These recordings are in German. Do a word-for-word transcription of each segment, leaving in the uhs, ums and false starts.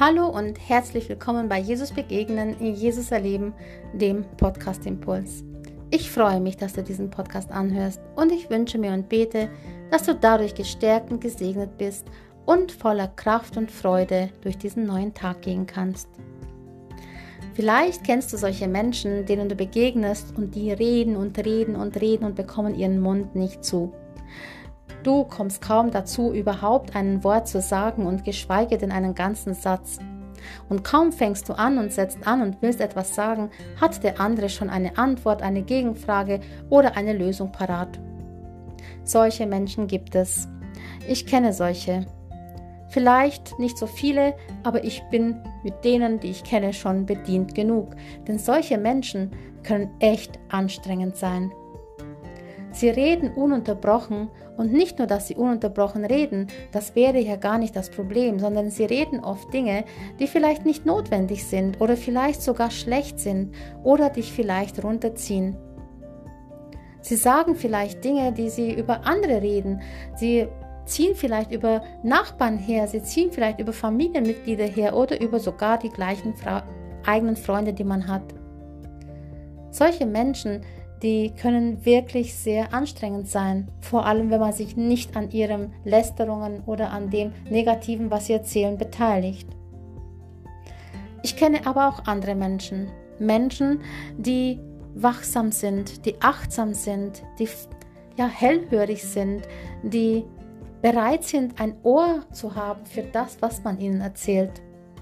Hallo und herzlich willkommen bei Jesus Begegnen, Jesus Erleben, dem Podcast Impuls. Ich freue mich, dass du diesen Podcast anhörst und ich wünsche mir und bete, dass du dadurch gestärkt und gesegnet bist und voller Kraft und Freude durch diesen neuen Tag gehen kannst. Vielleicht kennst du solche Menschen, denen du begegnest und die reden und reden und reden und bekommen ihren Mund nicht zu. Du kommst kaum dazu, überhaupt ein Wort zu sagen und geschweige denn einen ganzen Satz. Und kaum fängst du an und setzt an und willst etwas sagen, hat der andere schon eine Antwort, eine Gegenfrage oder eine Lösung parat. Solche Menschen gibt es. Ich kenne solche. Vielleicht nicht so viele, aber ich bin mit denen, die ich kenne, schon bedient genug. Denn solche Menschen können echt anstrengend sein. Sie reden ununterbrochen und nicht nur, dass sie ununterbrochen reden, das wäre ja gar nicht das Problem, sondern sie reden oft Dinge, die vielleicht nicht notwendig sind oder vielleicht sogar schlecht sind oder dich vielleicht runterziehen. Sie sagen vielleicht Dinge, die sie über andere reden, sie ziehen vielleicht über Nachbarn her, sie ziehen vielleicht über Familienmitglieder her oder über sogar die gleichen Fra- eigenen Freunde, die man hat. Solche Menschen, die können wirklich sehr anstrengend sein, vor allem wenn man sich nicht an ihren Lästerungen oder an dem Negativen, was sie erzählen, beteiligt. Ich kenne aber auch andere Menschen, Menschen, die wachsam sind, die achtsam sind, die ja, hellhörig sind, die bereit sind, ein Ohr zu haben für das, was man ihnen erzählt.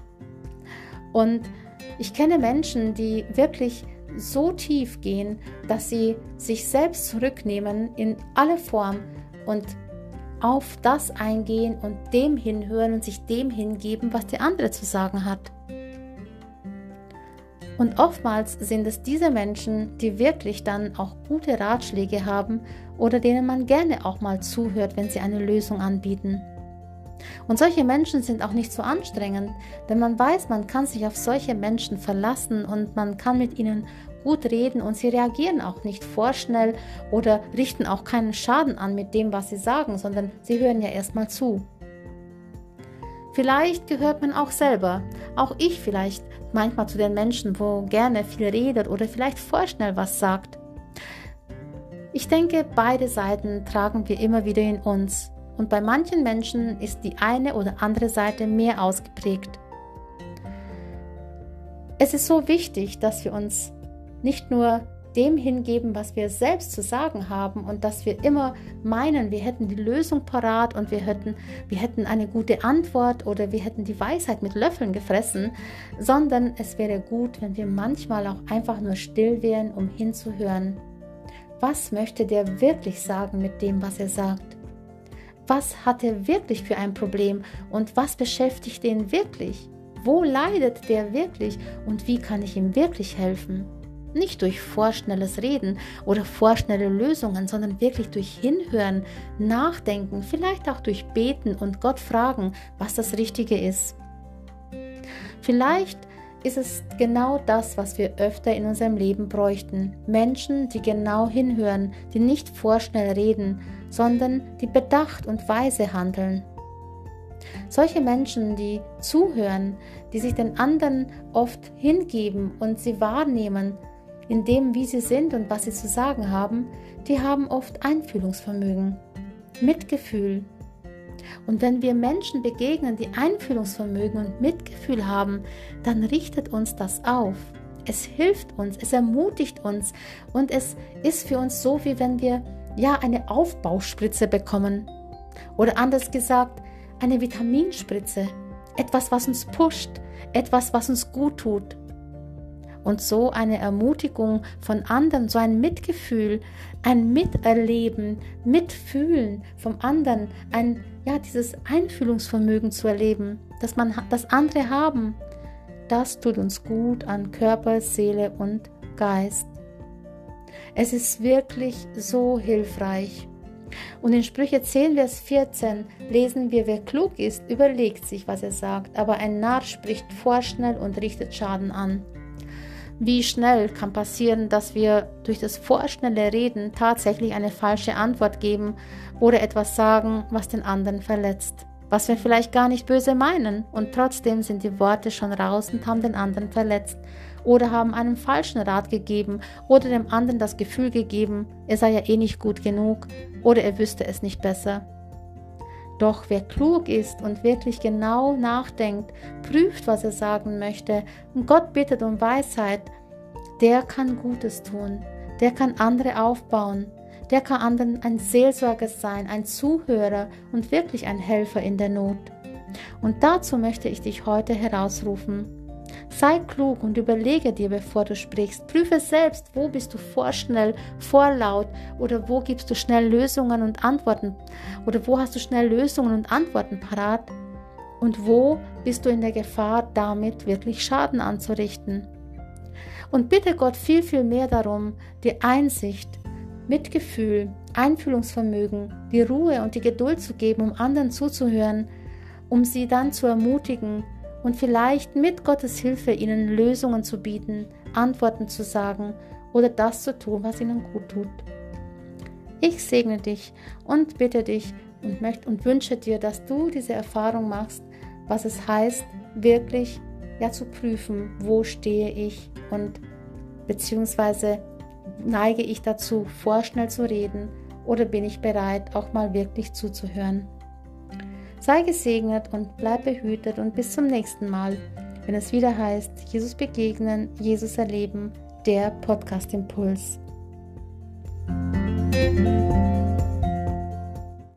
Und ich kenne Menschen, die wirklich so tief gehen, dass sie sich selbst zurücknehmen in alle Form und auf das eingehen und dem hinhören und sich dem hingeben, was der andere zu sagen hat. Und oftmals sind es diese Menschen, die wirklich dann auch gute Ratschläge haben oder denen man gerne auch mal zuhört, wenn sie eine Lösung anbieten. Und solche Menschen sind auch nicht so anstrengend, denn man weiß, man kann sich auf solche Menschen verlassen und man kann mit ihnen gut reden und sie reagieren auch nicht vorschnell oder richten auch keinen Schaden an mit dem, was sie sagen, sondern sie hören ja erstmal zu. Vielleicht gehört man auch selber, auch ich vielleicht manchmal zu den Menschen, wo gerne viel redet oder vielleicht vorschnell was sagt. Ich denke, beide Seiten tragen wir immer wieder in uns. Und bei manchen Menschen ist die eine oder andere Seite mehr ausgeprägt. Es ist so wichtig, dass wir uns nicht nur dem hingeben, was wir selbst zu sagen haben und dass wir immer meinen, wir hätten die Lösung parat und wir hätten, wir hätten eine gute Antwort oder wir hätten die Weisheit mit Löffeln gefressen, sondern es wäre gut, wenn wir manchmal auch einfach nur still wären, um hinzuhören. Was möchte der wirklich sagen mit dem, was er sagt? Was hat er wirklich für ein Problem und was beschäftigt ihn wirklich? Wo leidet der wirklich und wie kann ich ihm wirklich helfen? Nicht durch vorschnelles Reden oder vorschnelle Lösungen, sondern wirklich durch Hinhören, Nachdenken, vielleicht auch durch Beten und Gott fragen, was das Richtige ist. Vielleicht ist es genau das, was wir öfter in unserem Leben bräuchten. Menschen, die genau hinhören, die nicht vorschnell reden, sondern die bedacht und weise handeln. Solche Menschen, die zuhören, die sich den anderen oft hingeben und sie wahrnehmen, in dem, wie sie sind und was sie zu sagen haben, die haben oft Einfühlungsvermögen, Mitgefühl. Und wenn wir Menschen begegnen, die Einfühlungsvermögen und Mitgefühl haben, dann richtet uns das auf. Es hilft uns, es ermutigt uns und es ist für uns so, wie wenn wir ja eine Aufbauspritze bekommen. Oder anders gesagt, eine Vitaminspritze. Etwas, was uns pusht, etwas, was uns gut tut. Und so eine Ermutigung von anderen, so ein Mitgefühl, ein Miterleben, Mitfühlen vom anderen, ein, ja, dieses Einfühlungsvermögen zu erleben, dass man das andere haben, das tut uns gut an Körper, Seele und Geist. Es ist wirklich so hilfreich. Und in Sprüche zehn, Vers vierzehn lesen wir, wer klug ist, überlegt sich, was er sagt, aber ein Narr spricht vorschnell und richtet Schaden an. Wie schnell kann passieren, dass wir durch das vorschnelle Reden tatsächlich eine falsche Antwort geben oder etwas sagen, was den anderen verletzt. was wir vielleicht gar nicht böse meinen, und trotzdem sind die Worte schon raus und haben den anderen verletzt oder haben einen falschen Rat gegeben oder dem anderen das Gefühl gegeben, er sei ja eh nicht gut genug oder er wüsste es nicht besser. Doch wer klug ist und wirklich genau nachdenkt, prüft, was er sagen möchte und Gott bittet um Weisheit, der kann Gutes tun, der kann andere aufbauen, der kann anderen ein Seelsorger sein, ein Zuhörer und wirklich ein Helfer in der Not. Und dazu möchte ich dich heute herausrufen. Sei klug und überlege dir, bevor du sprichst. Prüfe selbst, wo bist du vorschnell, vorlaut oder wo gibst du schnell Lösungen und Antworten oder wo hast du schnell Lösungen und Antworten parat und wo bist du in der Gefahr, damit wirklich Schaden anzurichten. Und bitte Gott viel, viel mehr darum, die Einsicht, Mitgefühl, Einfühlungsvermögen, die Ruhe und die Geduld zu geben, um anderen zuzuhören, um sie dann zu ermutigen und vielleicht mit Gottes Hilfe ihnen Lösungen zu bieten, Antworten zu sagen oder das zu tun, was ihnen gut tut. Ich segne dich und bitte dich und möchte und wünsche dir, dass du diese Erfahrung machst, was es heißt, wirklich ja zu prüfen, wo stehe ich und beziehungsweise neige ich dazu, vorschnell zu reden oder bin ich bereit, auch mal wirklich zuzuhören. Sei gesegnet und bleib behütet und bis zum nächsten Mal, wenn es wieder heißt, Jesus begegnen, Jesus erleben, der Podcast Impuls. Musik